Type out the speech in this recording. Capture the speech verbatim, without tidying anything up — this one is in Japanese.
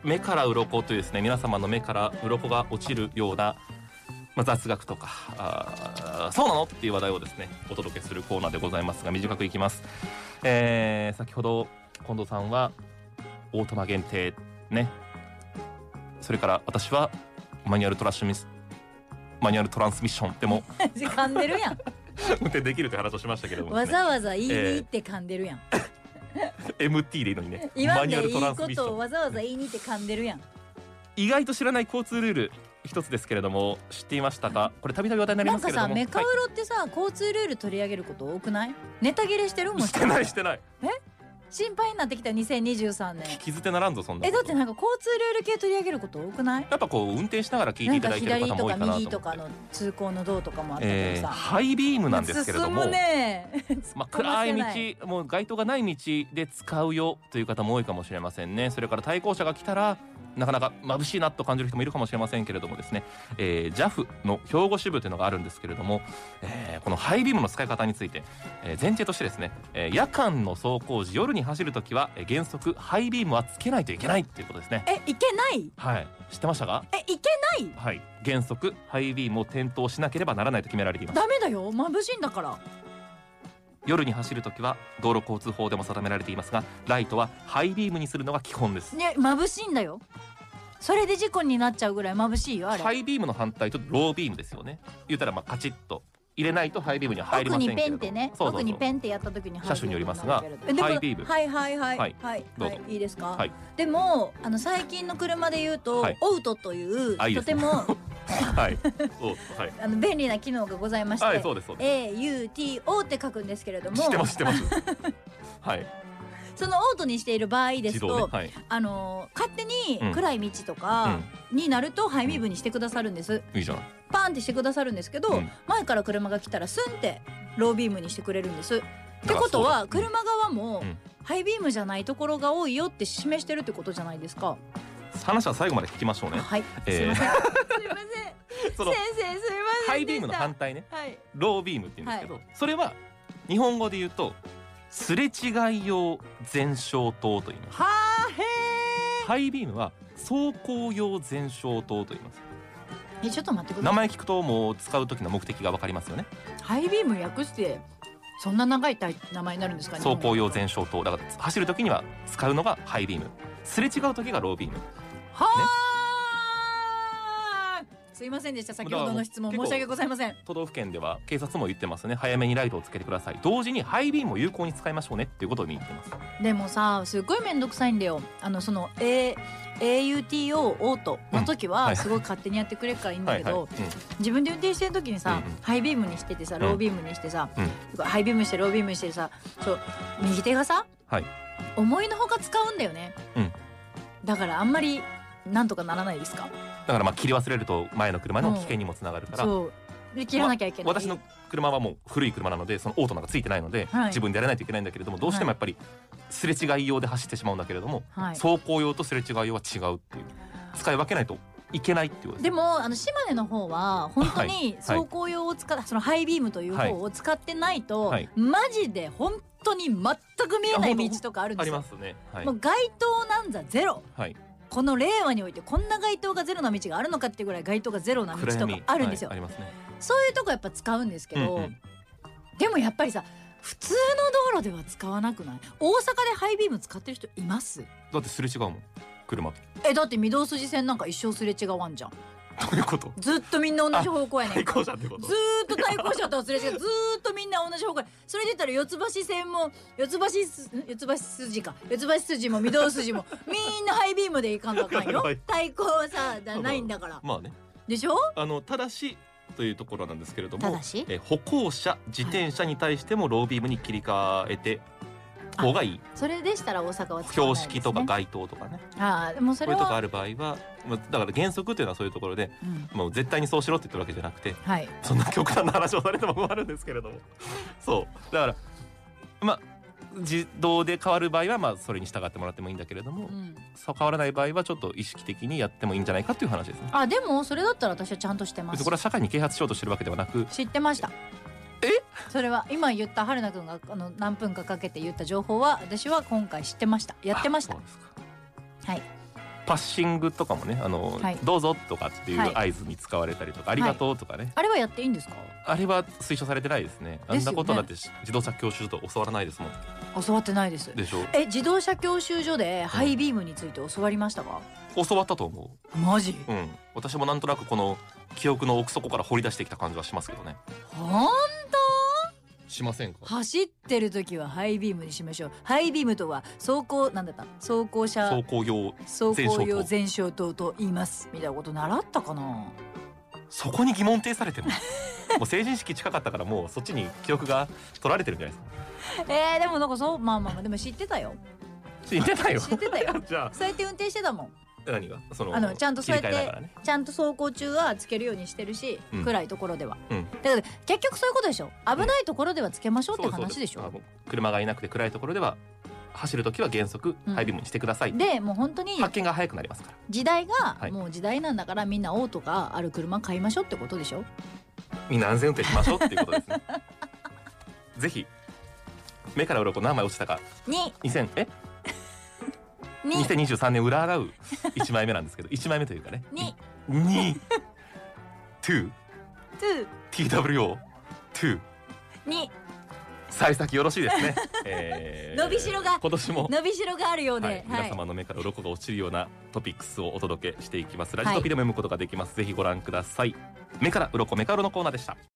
目から鱗というですね、皆様の目から鱗が落ちるような、まあ、雑学とかあそうなのっていう話題をですねお届けするコーナーでございますが、短くいきます。えー、先ほど近藤さんはオートマ限定ね、それから私はマニュアルトラッシュミスマニュアルトランスミッションでも噛んでるやん運転できるという話をしましたけれども、ね、 わざわざ言いに行って噛んでるやん、 えー、エムティー でいいのにね、 言わんでいいマニュアルトランスミッションことをわざわざ言いに行って噛んでるやん。 意外と知らない交通ルール一つですけれども、知っていましたか？これたびたび話題になりますけれども、 なんかさ、メカウロってさ、はい、交通ルール取り上げること多くない？ネタ切れしてるもん。 してないしてない。 え？心配になってきたにせんにじゅうさんねん。 聞き捨てならんぞそんな。 え、だってなんか交通ルール系取り上げること多くない？ やっぱこう運転しながら聞いていただいてる方も多いかなと思って。 なんか左とか右とかの通行の道とかもあったけどさ、 えー、ハイビームなんですけれども、 進むねまあ、暗い道、もう街灯がない道で使うよという方も多いかもしれませんね。それから対向車が来たらなかなか眩しいなと感じる人もいるかもしれませんけれどもですね、えー、ジャフ の兵庫支部というのがあるんですけれども、えー、このハイビームの使い方について、えー、前提としてですね、えー、夜間の走行時夜に走るときは、えー、原則ハイビームはつけないといけないということですね。 え、いけない？ はい、知ってましたか？ え、いけない？ はい、原則ハイビームを点灯しなければならないと決められています。 ダメだよ、眩しいんだから。 夜に走るときは道路交通法でも定められていますが、ライトはハイビームにするのが基本ですね。眩しいんだよ。それで事故になっちゃうぐらい眩しいよあれ。 ハイビームの反対とロービームですよね。言ったらまあカチッと入れないとハイビームには入りませんけれども、 奥にペンってね、 そうそうそう、 奥にペンってやった時に車種によりますがハイビーム、 はいはいはいはいはいはい、いいですか？ はい、 でもあの最近の車で言うと、はい、オートといういいとてもはい、はい、 あの便利な機能がございまして、 はい、そうですそうです、 エーユーティーオー って書くんですけれども、 知ってます知ってますはい、 そのオートにしている場合ですと、 ね、はい、 あの勝手に暗い道とかになるとハイビームにしてくださるんです、 うん、いいじゃん。 パンってしてくださるんですけど、うん、前から車が来たらスンってロービームにしてくれるんです。ってことは車側も、うん、ハイビームじゃないところが多いよって示してるってことじゃないですか。 話は最後まで聞きましょうね。 はい、えー、すいませんすいませんその先生すいませんでした。 ハイビームの反対ね、はい、ロービームって言うんですけど、はい、それは日本語で言うとすれ違い用前照灯と言います。 はーへー。 ハイビームは走行用前照灯と言います。 え、ちょっと待ってください。 名前聞くともう使う時の目的が分かりますよね。 ハイビーム略してそんな長い名前になるんですかね。 走行用前照灯だから走る時には使うのがハイビーム、すれ違う時がロービーム。 はあ、ね、すいませんでした。先ほどの質問申し訳ございません。 都道府県では警察も言ってますね。早めにライトをつけてください。同時にハイビームを有効に使いましょうねっていうことを言ってます。 でもさ、すっごいめんどくさいんだよ。あのその Aエーユーティーオー オートの時はすごい勝手にやってくれるからいいんだけど、自分で運転してる時にさ、うんうん、ハイビームにしててさ、ロービームにしてさ、うん、ハイビームしてロービームにしてさ、そう右手がさ、はい、思いのほか使うんだよね、うん、だからあんまりなんとかならないですか？ だからまあ切り忘れると前の車の危険にもつながるから、うん、 そうで切らなきゃいけない、 ま、私の車はもう古い車なのでそのオートなんかついてないので、はい、自分でやらないといけないんだけれども、どうしてもやっぱりすれ違い用で走ってしまうんだけれども、はい、走行用とすれ違い用は違うっていう、使い分けないといけないっていうことです。 でもあの島根の方は本当に走行用を使っ、はい、そのハイビームという方を使ってないと、はい、マジで本当に全く見えない道とかあるんですよ。 ありますね、はい、 もう街灯なんざゼロ、はい、この令和においてこんな街灯がゼロな道があるのかっていうぐらい街灯がゼロな道とかあるんですよ、はい、ありますね。そういうとこやっぱ使うんですけど、うんうん、でもやっぱりさ、普通の道路では使わなくない？大阪でハイビーム使ってる人います？ だってすれ違うもん車。 え、だって御堂筋線なんか一生すれ違わんじゃん。 どういうこと？ ずっとみんな同じ方向やねん。 対向車ってこと？ ずーっと対向車とすれ違う。ずーっとみんな同じ方向や。それで言ったら四ツ橋線も四ツ橋四ツ橋筋か四ツ橋筋も御堂筋もみんなハイビームで行かんとあかんよ。対向はさないんだから。 まあね。 でしょ？ あのただしというところなんですけれども、 ただしえ歩行者自転車に対してもロービームに切り替えて方がいい。 それでしたら大阪は使わないですね。 標識とか街灯とかね。 ああ、でもそれはこういうとこある場合は、まあ、だから原則というのはそういうところで、うん、もう絶対にそうしろって言ってるわけじゃなくて、はい、そんな極端な話をされても困るんですけれどもそうだからまあ自動で変わる場合はまあそれに従ってもらってもいいんだけれども、うん、そう変わらない場合はちょっと意識的にやってもいいんじゃないかっていう話ですね。 あ、でもそれだったら私はちゃんとしてます。 これは社会に啓発しようとしてるわけではなく、 知ってました。 え？ それは今言った春菜くんがあの何分かかけて言った情報は私は今回知ってました。やってました。そうですか。はい。 パッシングとかもね、あの、 はい、 どうぞとかっていう合図に使われたりとか、はい、ありがとうとかね、 はい、あれはやっていいんですか？あれは推奨されてないですね。あんなことだって自動車教習所と教わらないですもん。 教わってないです。 でしょ。 え、自動車教習所でハイビームについて教わりましたか？ うん、教わったと思う。 マジ？ うん、私もなんとなくこの記憶の奥底から掘り出してきた感じはしますけどね。 ほんと？ しませんか？ 走ってる時はハイビームにしましょう。ハイビームとは走行なんだった走行車走行用走行用全照灯と言いますみたいなこと習ったかな。 そこに疑問呈されてももう成人式近かったからもうそっちに記憶が取られてるんじゃないですか。 えー、でもなんかそうまあまあまあでも知ってたよ。 知ってたよ。 知ってたよ。 じゃあそうやって運転してたもん。 何がそのあのちゃんとそうやって、 ね、 ちゃんと走行中はつけるようにしてるし、うん、暗いところでは、うん、だから結局そういうことでしょ。危ないところではつけましょうって話でしょ。 うん、そうそう、車がいなくて暗いところでは走るときは原則ハイビームにしてください、うん、 でもう本当に発見が早くなりますから。 時代がもう時代なんだから、みんなオートがある車買いましょうってことでしょ。 みんな安全運転しましょうっていうことですね。ぜひ目から鱗何枚落ちたかににせんえにせんにじゅうさんねん裏洗ういちまいめなんですけどいちまいめというかねにに ツー ティーダブリューオー ツーに幸先よろしいですね。えー、 伸びしろが今年も伸びしろがあるようで、はい、 皆様の目から鱗が落ちるようなトピックスをお届けしていきます。ラジトピでも読むことができます、はい、ぜひご覧ください。目から鱗目から鱗のコーナーでした。